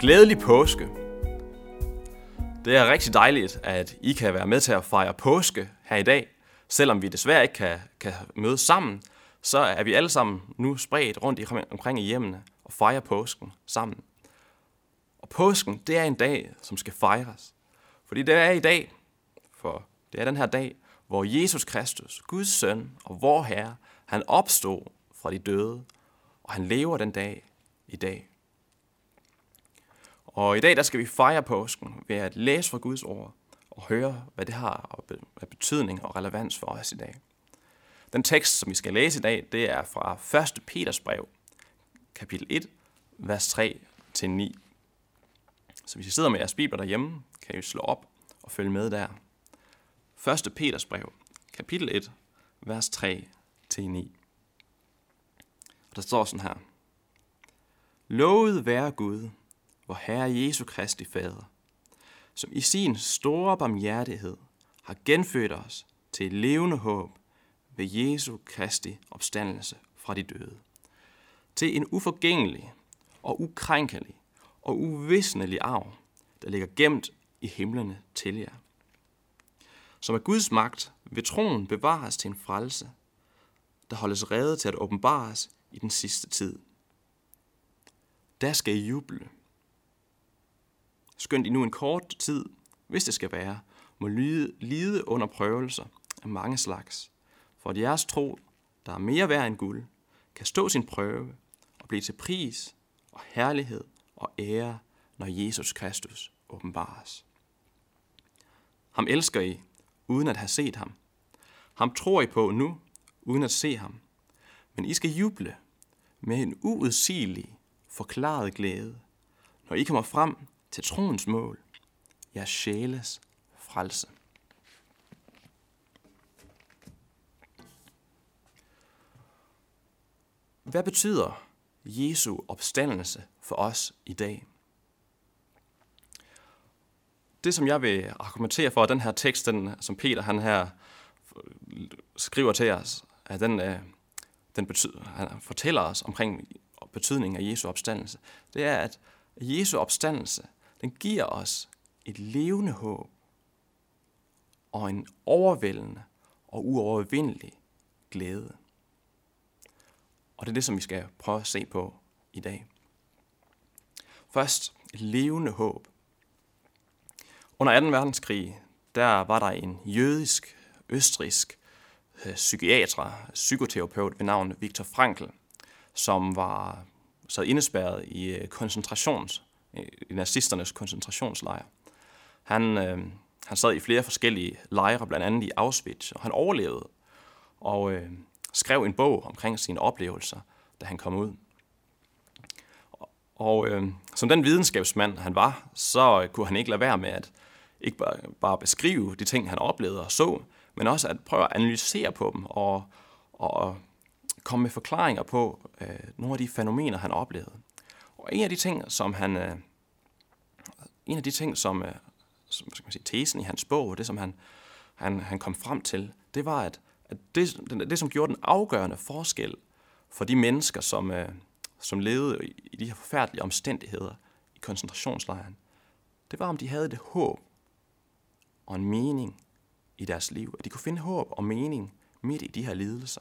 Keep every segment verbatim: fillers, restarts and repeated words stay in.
Glædelig påske. Det er rigtig dejligt, at I kan være med til at fejre påske her i dag. Selvom vi desværre ikke kan, kan mødes sammen, så er vi alle sammen nu spredt rundt i, omkring i hjemmene og fejrer påsken sammen. Og påsken, det er en dag, som skal fejres. Fordi det er i dag, for det er den her dag, hvor Jesus Kristus, Guds søn og vor Herre, han opstod fra de døde, og han lever den dag i dag. Og i dag der skal vi fejre påsken ved at læse fra Guds ord og høre, hvad det har af betydning og relevans for os i dag. Den tekst, som vi skal læse i dag, det er fra første Peters brev, kapitel et, vers tre til ni. Så hvis I sidder med jeres bibler derhjemme, kan I slå op og følge med der. første Peters brev, kapitel et, vers tre til ni. Og der står sådan her. Lovet være Gud, vor Herre Jesu Kristi Fader, som i sin store barmhjertighed har genfødt os til et levende håb ved Jesu Kristi opstandelse fra de døde, til en uforgængelig og ukrænkelig og uvisnelig arv, der ligger gemt i himlene til jer, som af Guds magt ved troen bevares til en frelse, der holdes rede til at åbenbares i den sidste tid. Der skal I juble. Skønt I nu en kort tid, hvis det skal være, må lide under prøvelser af mange slags, for at jeres tro, der er mere værd end guld, kan stå sin prøve og blive til pris og herlighed og ære, når Jesus Kristus åbenbares. Ham elsker I, uden at have set ham. Ham tror I på nu, uden at se ham. Men I skal juble med en uudsigelig, forklaret glæde, når I kommer frem til troens mål, jeres sjæles frelse. Hvad betyder Jesu opstandelse for os i dag? Det, som jeg vil argumentere for, at den her tekst, den, som Peter han her skriver til os, at den, den betyder, han fortæller os omkring betydningen af Jesu opstandelse, det er, at Jesu opstandelse, den giver os et levende håb og en overvældende og uovervindelig glæde. Og det er det, som vi skal prøve at se på i dag. Først et levende håb. Under anden verdenskrig, der var der en jødisk, østrigsk psykiater, psykoterapeut ved navn Viktor Frankl, som var sad indespærret i koncentrations, i nazisternes koncentrationslejre. Han, øh, han sad i flere forskellige lejre, blandt andet i Auschwitz, og han overlevede og øh, skrev en bog omkring sine oplevelser, da han kom ud. Og øh, som den videnskabsmand han var, så kunne han ikke lade være med at ikke bare, bare beskrive de ting, han oplevede og så, men også at prøve at analysere på dem og, og komme med forklaringer på øh, nogle af de fænomener, han oplevede. Og en af de ting, som han, øh, en af de ting, som, øh, som skal man sige, tesen i hans bog, det som han, han, han kom frem til, det var, at, at det, det, det, som gjorde den afgørende forskel for de mennesker, som, øh, som levede i, i de her forfærdelige omstændigheder i koncentrationslejren, det var, om de havde det håb og en mening i deres liv. At de kunne finde håb og mening midt i de her lidelser.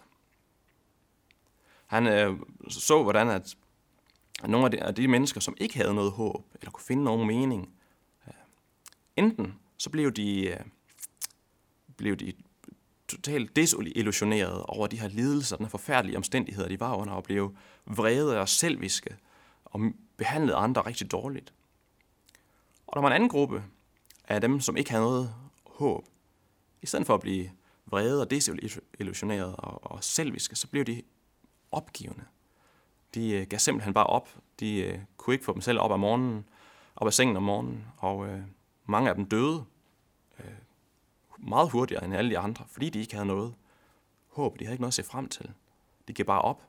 Han øh, så, hvordan at nogle af de, af de mennesker, som ikke havde noget håb, eller kunne finde nogen mening, øh, enten så blev de, øh, blev de totalt desillusionerede over de her lidelser, den her forfærdelige omstændigheder, de var under, og blev vrede og selviske, og behandlede andre rigtig dårligt. Og der var en anden gruppe af dem, som ikke havde noget håb. I stedet for at blive vrede og desillusionerede og, og selviske, så blev de opgivende. De øh, gav simpelthen bare op. De øh, kunne ikke få dem selv op af morgenen, op af sengen om morgenen, og øh, mange af dem døde øh, meget hurtigere end alle de andre, fordi de ikke havde noget håb. De havde ikke noget at se frem til. De gav bare op.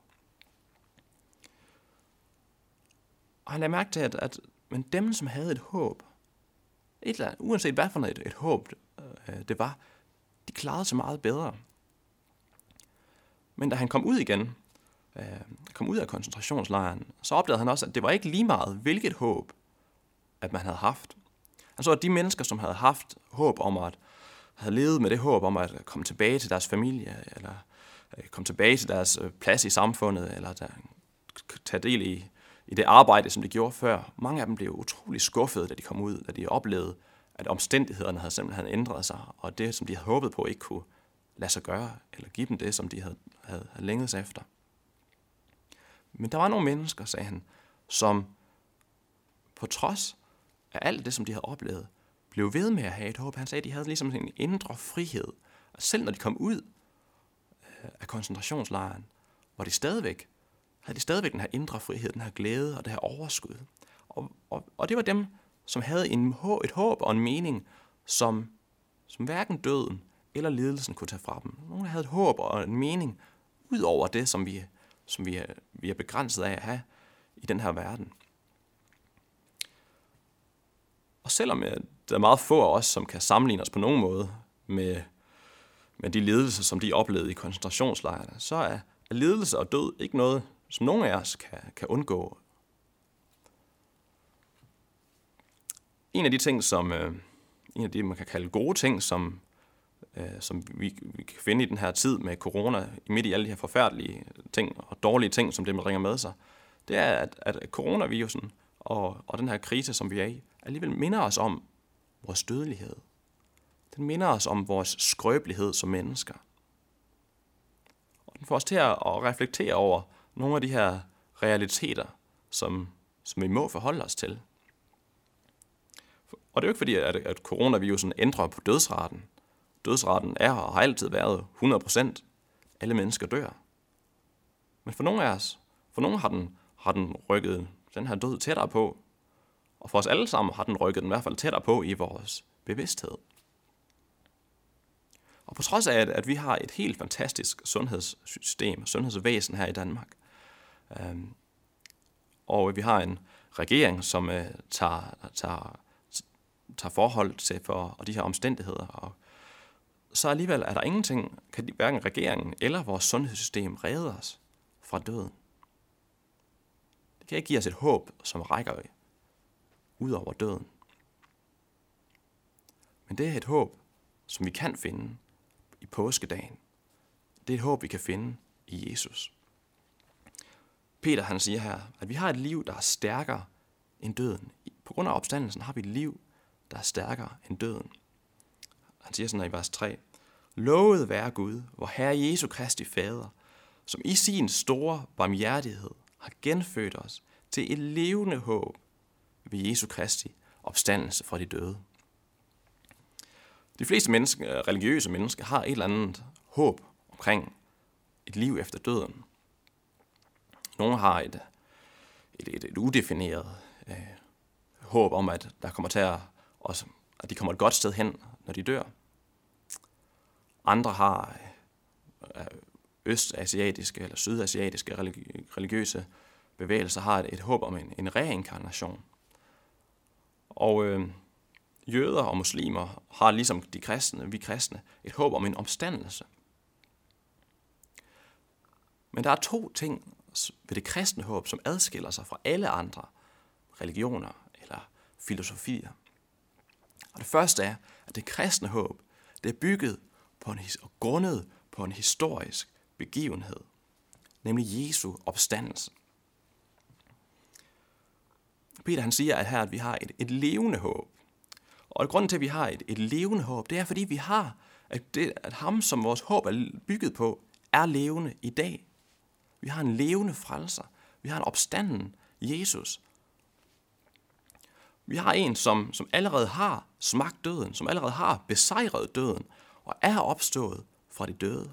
Og han lagde mærke til, at, at men dem, som havde et håb, et eller andet, uanset hvad for et, et håb øh, det var, de klarede sig meget bedre. Men da han kom ud igen, øh, kom ud af koncentrationslejren, så opdagede han også, at det var ikke lige meget, hvilket håb at man havde haft. Han så, at de mennesker, som havde haft håb om at havde levet med det håb om at komme tilbage til deres familie, eller komme tilbage til deres plads i samfundet, eller der, tage del i, i det arbejde, som de gjorde før. Mange af dem blev utrolig skuffede, da de kom ud, da de oplevede, at omstændighederne havde simpelthen ændret sig, og det, som de havde håbet på, ikke kunne lade sig gøre, eller give dem det, som de havde, havde, havde længes efter. Men der var nogle mennesker, sagde han, som på trods af alt det, som de havde oplevet, blev ved med at have et håb. Han sagde, at de havde ligesom en indre frihed. Og selv når de kom ud af koncentrationslejren, var de stadigvæk, havde de stadigvæk den her indre frihed, den her glæde og det her overskud. Og, og, og det var dem, som havde en, et håb og en mening, som, som hverken døden eller lidelsen kunne tage fra dem. Nogle havde et håb og en mening ud over det, som vi, som vi, er, vi er begrænset af at have i den her verden. Og selvom der er meget få af os, som kan sammenligne os på nogen måde med, med de lidelser, som de oplevede i koncentrationslejrene, så er lidelse og død ikke noget, som nogen af os kan, kan undgå. En af de ting, som øh, en af de, man kan kalde gode ting, som, øh, som vi, vi kan finde i den her tid med corona, midt i alle de her forfærdelige ting og dårlige ting, som det bringer med sig, det er, at, at coronavirusen og, og den her krise, som vi er i, alligevel minder os om vores dødelighed. Den minder os om vores skrøbelighed som mennesker. Og den får os til at reflektere over nogle af de her realiteter, som, som vi må forholde os til. Og det er jo ikke fordi, at, at coronavirusen ændrer på dødsraten. Dødsraten er og har altid været hundrede procent. Alle mennesker dør. Men for nogle af os, for nogle har den, har den rykket den her død tættere på. Og for os alle sammen har den rykket den i hvert fald tættere på i vores bevidsthed. Og på trods af, at vi har et helt fantastisk sundhedssystem, sundhedsvæsen her i Danmark, øhm, og vi har en regering, som øh, tager, tager, tager forhold til for og de her omstændigheder, og så alligevel er der ingenting, kan hverken regeringen eller vores sundhedssystem redde os fra døden. Det kan ikke give os et håb, som rækker ud over døden. Men det er et håb, som vi kan finde i påskedagen. Det er et håb, vi kan finde i Jesus. Peter han siger her, at vi har et liv, der er stærkere end døden. På grund af opstandelsen har vi et liv, der er stærkere end døden. Han siger sådan her i vers tre. Lovet være Gud, vor Herre Jesu Kristi Fader, som i sin store barmhjertighed har genfødt os til et levende håb ved Jesu Kristi opstandelse fra de døde. De fleste mennesker, religiøse mennesker har et eller andet håb omkring et liv efter døden. Nogle har et, et, et, et udefineret øh, håb om, at der kommer til at, også, at de kommer et godt sted hen, når de dør. Andre har øh, østasiatiske eller sydasiatiske religiøse bevægelser har et, et håb om en, en reinkarnation. Og øh, jøder og muslimer har ligesom de kristne, vi kristne, et håb om en opstandelse. Men der er to ting ved det kristne håb, som adskiller sig fra alle andre religioner eller filosofier. Og det første er, at det kristne håb, det er bygget på en, og grundet på en historisk begivenhed, nemlig Jesu opstandelse. Peter han siger, at her at vi har et, et levende håb. Og grunden til, at vi har et, et levende håb, det er, fordi vi har, at, det, at ham, som vores håb er bygget på, er levende i dag. Vi har en levende frelser. Vi har en opstanden Jesus. Vi har en, som, som allerede har smagt døden, som allerede har besejret døden, og er opstået fra de døde.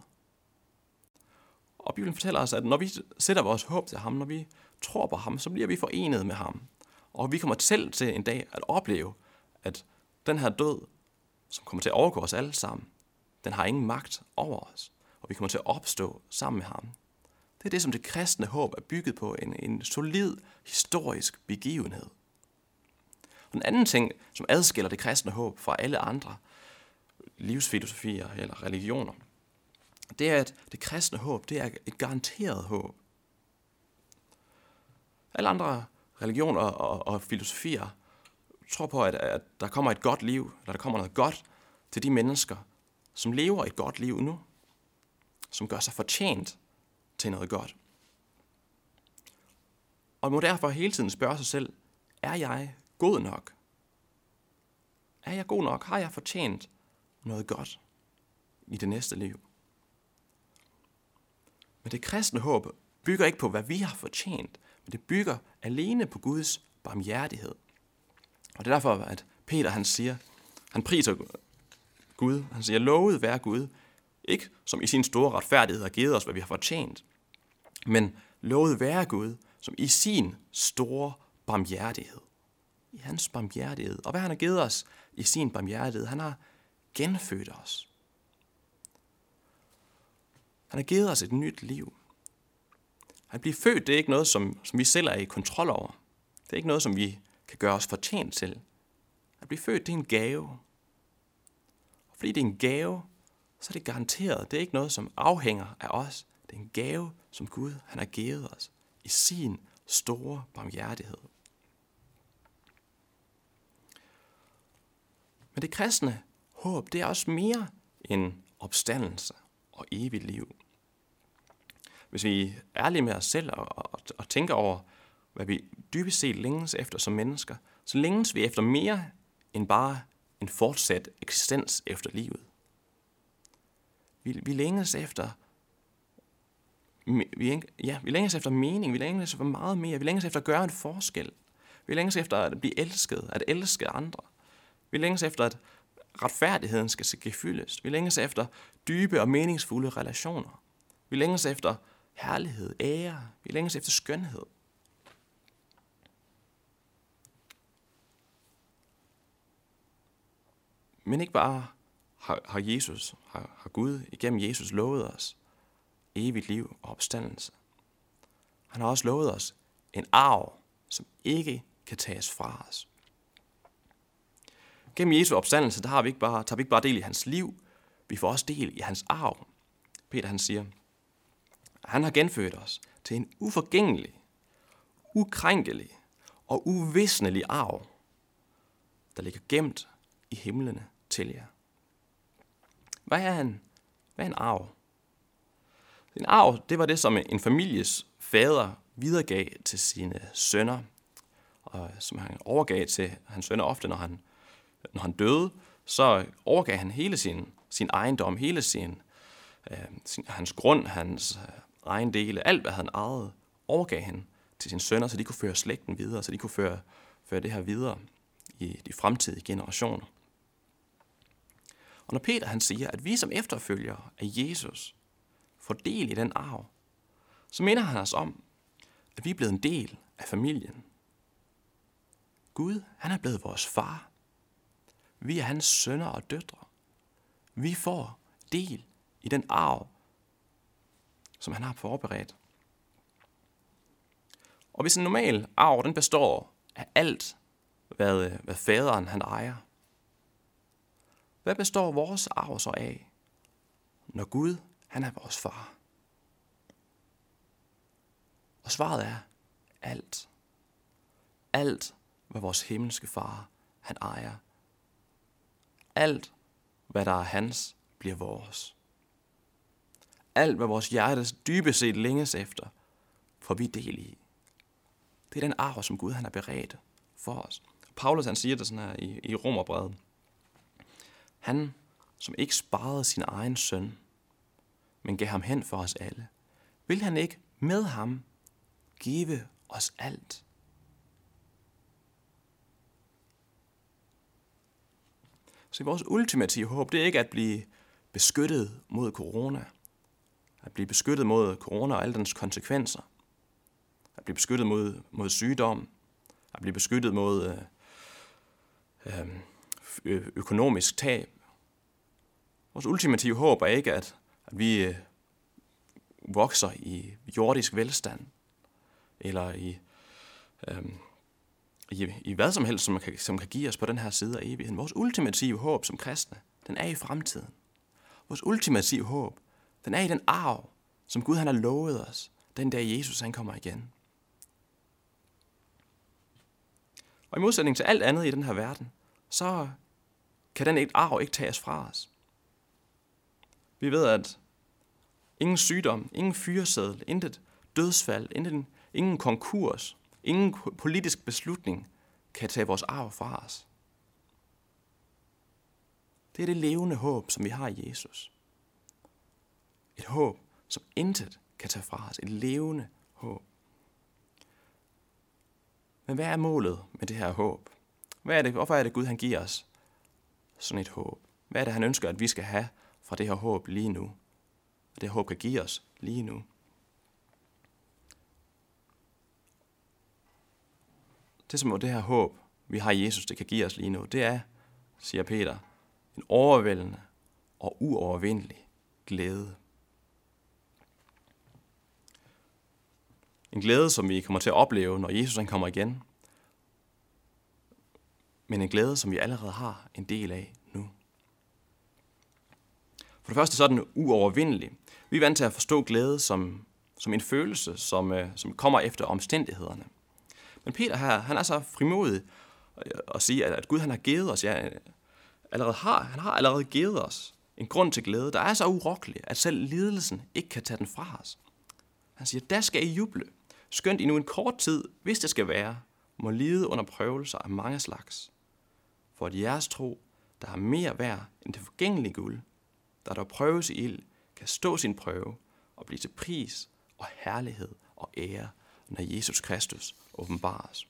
Og Bibelen fortæller os, at når vi sætter vores håb til ham, når vi tror på ham, så bliver vi forenet med ham. Og vi kommer selv til en dag at opleve, at den her død, som kommer til at overgå os alle sammen, den har ingen magt over os, og vi kommer til at opstå sammen med ham. Det er det, som det kristne håb er bygget på, en, en solid historisk begivenhed. Og den anden ting, som adskiller det kristne håb fra alle andre livsfilosofier eller religioner, det er, at det kristne håb, det er et garanteret håb. Alle andre religioner og, og filosofier tror på, at, at der kommer et godt liv, eller der kommer noget godt til de mennesker, som lever et godt liv nu, som gør sig fortjent til noget godt. Og man må derfor hele tiden spørge sig selv, er jeg god nok? Er jeg god nok? Har jeg fortjent noget godt i det næste liv? Men det kristne håb bygger ikke på, hvad vi har fortjent, men det bygger alene på Guds barmhjertighed. Og det er derfor, at Peter han siger, han priser Gud, han siger, lovet være Gud, ikke som i sin store retfærdighed har givet os, hvad vi har fortjent, men lovet være Gud, som i sin store barmhjertighed. I hans barmhjertighed. Og hvad han har givet os i sin barmhjertighed, han har genfødt os. Han har givet os et nyt liv. At blive født, det er ikke noget, som, som vi selv er i kontrol over. Det er ikke noget, som vi kan gøre os fortjent til. At blive født, det er en gave. Og fordi det er en gave, så er det garanteret. Det er ikke noget, som afhænger af os. Det er en gave, som Gud han har givet os i sin store barmhjertighed. Men det kristne håb, det er også mere end opstandelse og evigt liv. Hvis vi er ærlige med os selv og, og, og tænker over, hvad vi dybest set længes efter som mennesker, så længes vi efter mere end bare en fortsat eksistens efter livet. Vi, vi længes efter vi, ja, vi længes efter mening, vi længes efter meget mere, vi længes efter at gøre en forskel. Vi længes efter at blive elsket, at elske andre. Vi længes efter, at retfærdigheden skal ske fyldest. Vi længes efter dybe og meningsfulde relationer. Vi længes efter herlighed, ære. Vi længes efter skønhed. Men ikke bare har, har Jesus, har, har Gud igennem Jesus lovet os evigt liv og opstandelse. Han har også lovet os en arv, som ikke kan tages fra os. Gennem Jesu opstandelse, der har vi ikke bare, tager vi ikke bare del i hans liv, vi får også del i hans arv. Peter han siger, han har genfødt os til en uforgængelig, ukrænkelig og uvisnelig arv, der ligger gemt i himlene til jer. Hvad er en, hvad er en arv? En arv, det var det, som en families fader videregav til sine sønner, og som han overgav til hans sønner ofte, når han, når han døde, så overgav han hele sin, sin ejendom, hele sin, øh, sin, hans grund, hans øh, egen dele, alt hvad han ejede, overgav han til sine sønner, så de kunne føre slægten videre, så de kunne føre, føre det her videre i de fremtidige generationer. Og når Peter han siger, at vi som efterfølgere af Jesus får del i den arv, så minder han os om, at vi er blevet en del af familien. Gud, han er blevet vores far. Vi er hans sønner og døtre. Vi får del i den arv, som han har forberedt. Og hvis en normal arv, den består af alt, hvad, hvad faderen han ejer, hvad består vores arv så af, når Gud han er vores far? Og svaret er alt. Alt, hvad vores himmelske far han ejer. Alt, hvad der er hans, bliver vores. Alt, hvad vores hjertes dybest set længes efter, får vi del i. Det er den arv, som Gud han har beredt for os. Paulus han siger det sådan her i, i Romerbrevet. Han, som ikke sparede sin egen søn, men gav ham hen for os alle, vil han ikke med ham give os alt? Så vores ultimative håb, det er ikke at blive beskyttet mod corona. At blive beskyttet mod corona og alle dens konsekvenser. At blive beskyttet mod, mod sygdom. At blive beskyttet mod øh, øh, økonomisk tab. Vores ultimative håb er ikke, at, at vi øh, vokser i jordisk velstand. Eller i, øh, i, i hvad som helst, som kan, som kan give os på den her side af evigheden. Vores ultimative håb som kristne, den er i fremtiden. Vores ultimative håb, den er i den arv, som Gud han har lovet os, den dag Jesus han kommer igen. Og i modsætning til alt andet i den her verden, så kan den ikke arv ikke tages fra os. Vi ved, at ingen sygdom, ingen fyreseddel, intet dødsfald, ingen, ingen konkurs, ingen politisk beslutning kan tage vores arv fra os. Det er det levende håb, som vi har i Jesus. Et håb, som intet kan tage fra os. Et levende håb. Men hvad er målet med det her håb? Hvad er det, hvorfor er det Gud, han giver os sådan et håb? Hvad er det, han ønsker, at vi skal have fra det her håb lige nu? Og det her håb kan give os lige nu. Det som det her håb, vi har i Jesus, det kan give os lige nu, det er, siger Peter, en overvældende og uovervindelig glæde. En glæde, som vi kommer til at opleve, når Jesus han kommer igen. Men en glæde, som vi allerede har en del af nu. For det første så er den uovervindelig. Vi er vant til at forstå glæde som, som en følelse, som, som kommer efter omstændighederne. Men Peter her, han er så frimodig at sige, at Gud han har givet os, ja, allerede har, han har allerede givet os en grund til glæde, der er så urokkelig, at selv lidelsen ikke kan tage den fra os. Han siger, der skal I juble, skønt I nu en kort tid, hvis det skal være, må lide under prøvelser af mange slags. For at jeres tro, der har mere værd end det forgængelige guld, der der prøves i ild, kan stå sin prøve og blive til pris og herlighed og ære, når Jesus Kristus åbenbares.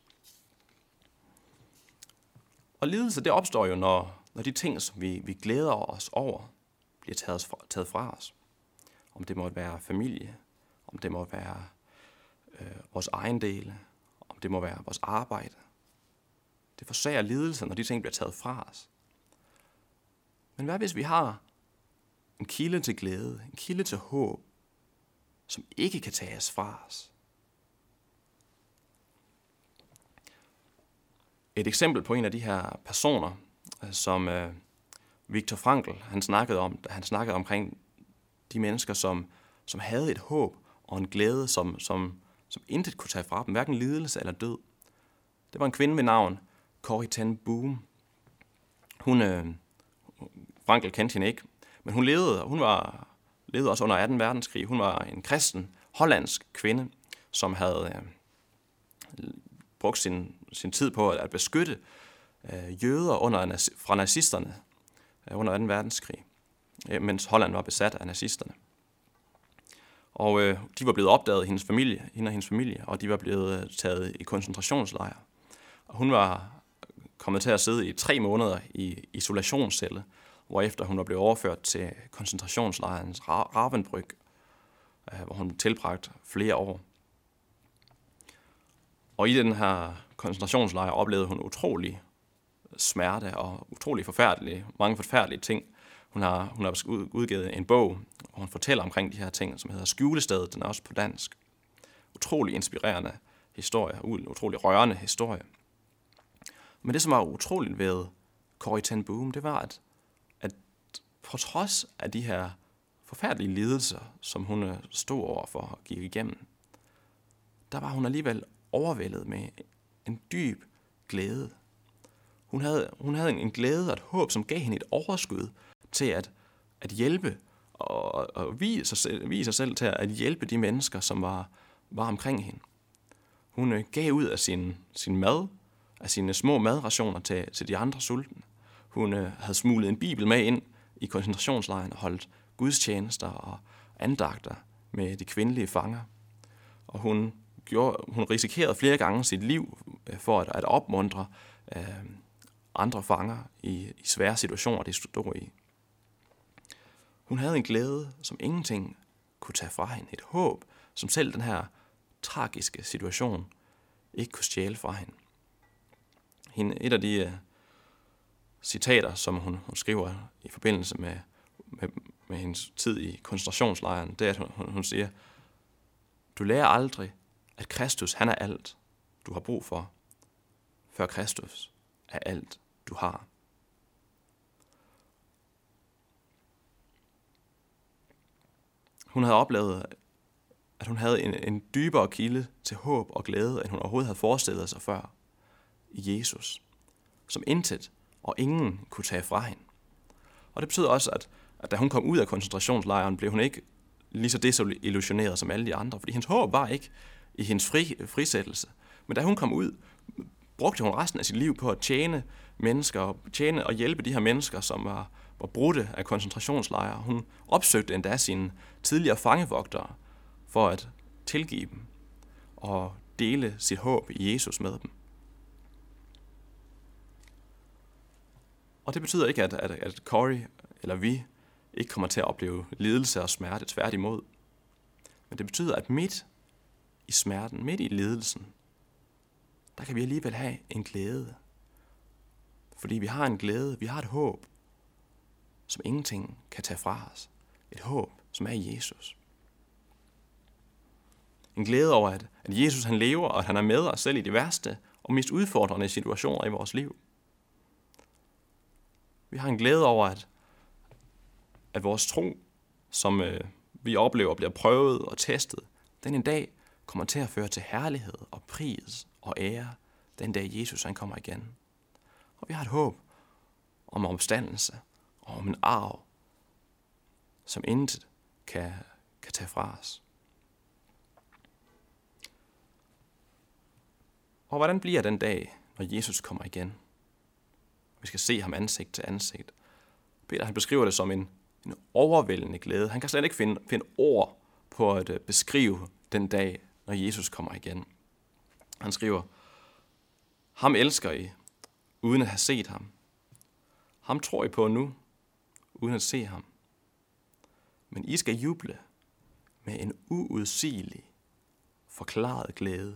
Og lidelse, det opstår jo, når, når de ting, som vi, vi glæder os over, bliver taget fra, taget fra os. Om det må være familie, om det må være øh, vores ejendele, om det må være vores arbejde. Det forsager lidelse, når de ting bliver taget fra os. Men hvad hvis vi har en kilde til glæde, en kilde til håb, som ikke kan tages fra os? Et eksempel på en af de her personer, som øh, Viktor Frankl han snakkede om, da han snakkede omkring de mennesker, som, som havde et håb og en glæde, som, som, som intet kunne tage fra dem, hverken lidelse eller død. Det var en kvinde ved navn Corrie ten Boom. Hun, øh, Frankl kendte hende ikke, men hun levede, hun var, levede også under anden verdenskrig. Hun var en kristen, hollandsk kvinde, som havde øh, brugt sin, sin tid på at beskytte øh, jøder under, fra nazisterne øh, under anden verdenskrig, øh, mens Holland var besat af nazisterne. Og øh, de var blevet opdaget, hendes familie, hende og hendes familie, og de var blevet øh, taget i koncentrationslejre. Og hun var kommet til at sidde i tre måneder i isolationscelle, hvorefter hun var blevet overført til koncentrationslejrens Ravensbrück, øh, hvor hun tilbragte flere år. Og i den her koncentrationslejr oplevede hun utrolig smerte og utrolig forfærdelige, mange forfærdelige ting. Hun har, hun har udgivet en bog, hvor hun fortæller omkring de her ting, som hedder Skjulestedet. Den er også på dansk. Utrolig inspirerende historie, utrolig rørende historie. Men det, som var utroligt ved Corrie ten Boom, det var, at, at på trods af de her forfærdelige lidelser, som hun stod over for og gik igennem, der var hun alligevel overvældet med en dyb glæde. Hun havde, hun havde en glæde og et håb, som gav hende et overskud til at, at hjælpe og, og vise, sig selv, vise sig selv til at hjælpe de mennesker, som var, var omkring hende. Hun øh, gav ud af sin, sin mad, af sine små madrationer til, til de andre sultne. Hun øh, havde smuglet en bibel med ind i koncentrationslejren og holdt gudstjenester og andagter med de kvindelige fanger. Og hun, gjorde, hun risikerede flere gange sit liv øh, for at, at opmuntre øh, andre fanger i, i svære situationer, de stod i. Hun havde en glæde, som ingenting kunne tage fra hende. Et håb, som selv den her tragiske situation ikke kunne stjæle fra hende. hende et af de uh, citater, som hun, hun skriver i forbindelse med, med, med hendes tid i koncentrationslejren, det er, at hun, hun siger, du lærer aldrig, at Kristus han er alt, du har brug for, før Kristus er alt, du har. Hun havde oplevet, at hun havde en, en dybere kilde til håb og glæde, end hun overhovedet havde forestillet sig før. i Jesus, som intet og ingen kunne tage fra hende. Og det betyder også, at, at da hun kom ud af koncentrationslejren, blev hun ikke lige så desillusioneret som alle de andre, fordi hendes håb var ikke i hendes fri, frisættelse. Men da hun kom ud, brugte hun resten af sit liv på at tjene mennesker, og tjene og hjælpe de her mennesker, som var, var brudte af koncentrationslejre. Hun opsøgte endda sine tidligere fangevogtere for at tilgive dem og dele sit håb i Jesus med dem. Og det betyder ikke, at, at, at Corey eller vi ikke kommer til at opleve lidelse og smerte, tværtimod. Men det betyder, at midt i smerten, midt i lidelsen, der kan vi alligevel have en glæde. Fordi vi har en glæde, vi har et håb, som ingenting kan tage fra os. Et håb, som er i Jesus. En glæde over, at, at Jesus han lever, og at han er med os selv i de værste og mest udfordrende situationer i vores liv. Vi har en glæde over, at, at vores tro, som øh, vi oplever bliver prøvet og testet, den en dag kommer til at føre til herlighed og pris og ære, den dag Jesus han kommer igen. Og vi har et håb om opstandelse og om en arv, som intet kan, kan tage fra os. Og hvordan bliver den dag, når Jesus kommer igen? Vi skal se ham ansigt til ansigt. Peter han beskriver det som en, en overvældende glæde. Han kan slet ikke finde, finde ord på at beskrive den dag, når Jesus kommer igen. Han skriver, ham elsker I, uden at have set ham. Ham tror I på nu, uden at se ham. Men I skal juble med en uudsigelig, forklaret glæde,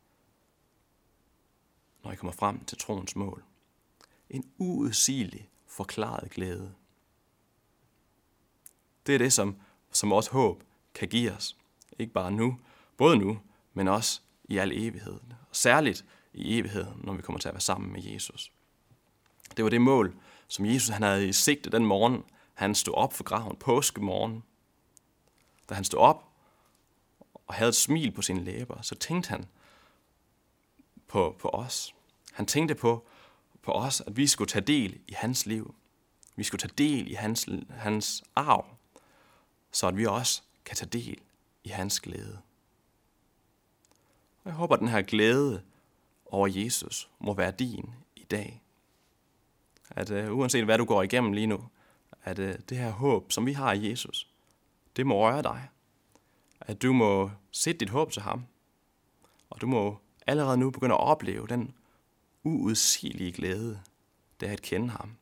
når I kommer frem til troens mål. En uudsigelig, forklaret glæde. Det er det, som, som vores håb kan give os. Ikke bare nu, både nu, men også i al evighed. Og særligt i evigheden, når vi kommer til at være sammen med Jesus. Det var det mål, som Jesus han havde i sigte den morgen, han stod op for graven, påskemorgen. Da han stod op og havde et smil på sine læber, så tænkte han på, på os. Han tænkte på, på os, at vi skulle tage del i hans liv. Vi skulle tage del i hans, hans arv, så at vi også kan tage del i hans glæde. Og jeg håber, at den her glæde over Jesus må være din i dag. At uh, uanset hvad du går igennem lige nu, at uh, det her håb, som vi har i Jesus, det må røre dig. At du må sætte dit håb til ham, og du må allerede nu begynde at opleve den uudsigelige glæde, det er at kende ham.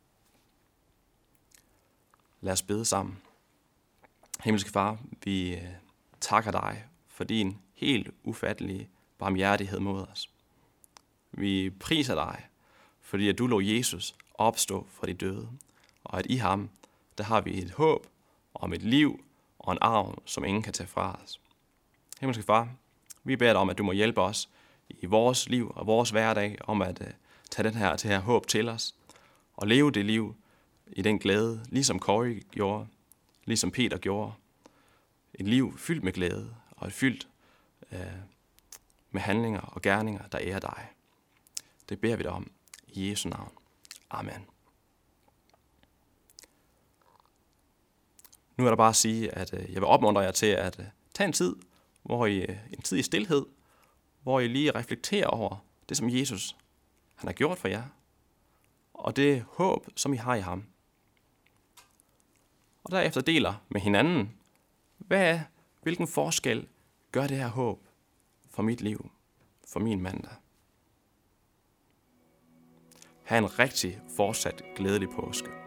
Lad os bede sammen. Himmelske Far, vi takker dig for din helt ufattelige barmhjertighed mod os. Vi priser dig, fordi at du lod Jesus opstå fra de døde, og at i ham, der har vi et håb om et liv og en arv, som ingen kan tage fra os. Himmelske Far, vi beder dig om, at du må hjælpe os i vores liv og vores hverdag, om at uh, tage den her, det her håb til os, og leve det liv i den glæde, ligesom Corey gjorde, ligesom Peter gjorde. Et liv fyldt med glæde, og et fyldt uh, med handlinger og gerninger, der ærer dig. Det beder vi dig om i Jesu navn. Amen. Nu er der bare at sige, at uh, jeg vil opmuntre jer til at uh, tage en tid, hvor I, uh, en tid i stilhed, hvor I lige reflekterer over det, som Jesus han har gjort for jer, og det håb, som I har i ham. Og derefter deler med hinanden, hvad er, hvilken forskel gør det her håb for mit liv, for min mandag. Ha' en rigtig fortsat glædelig påske.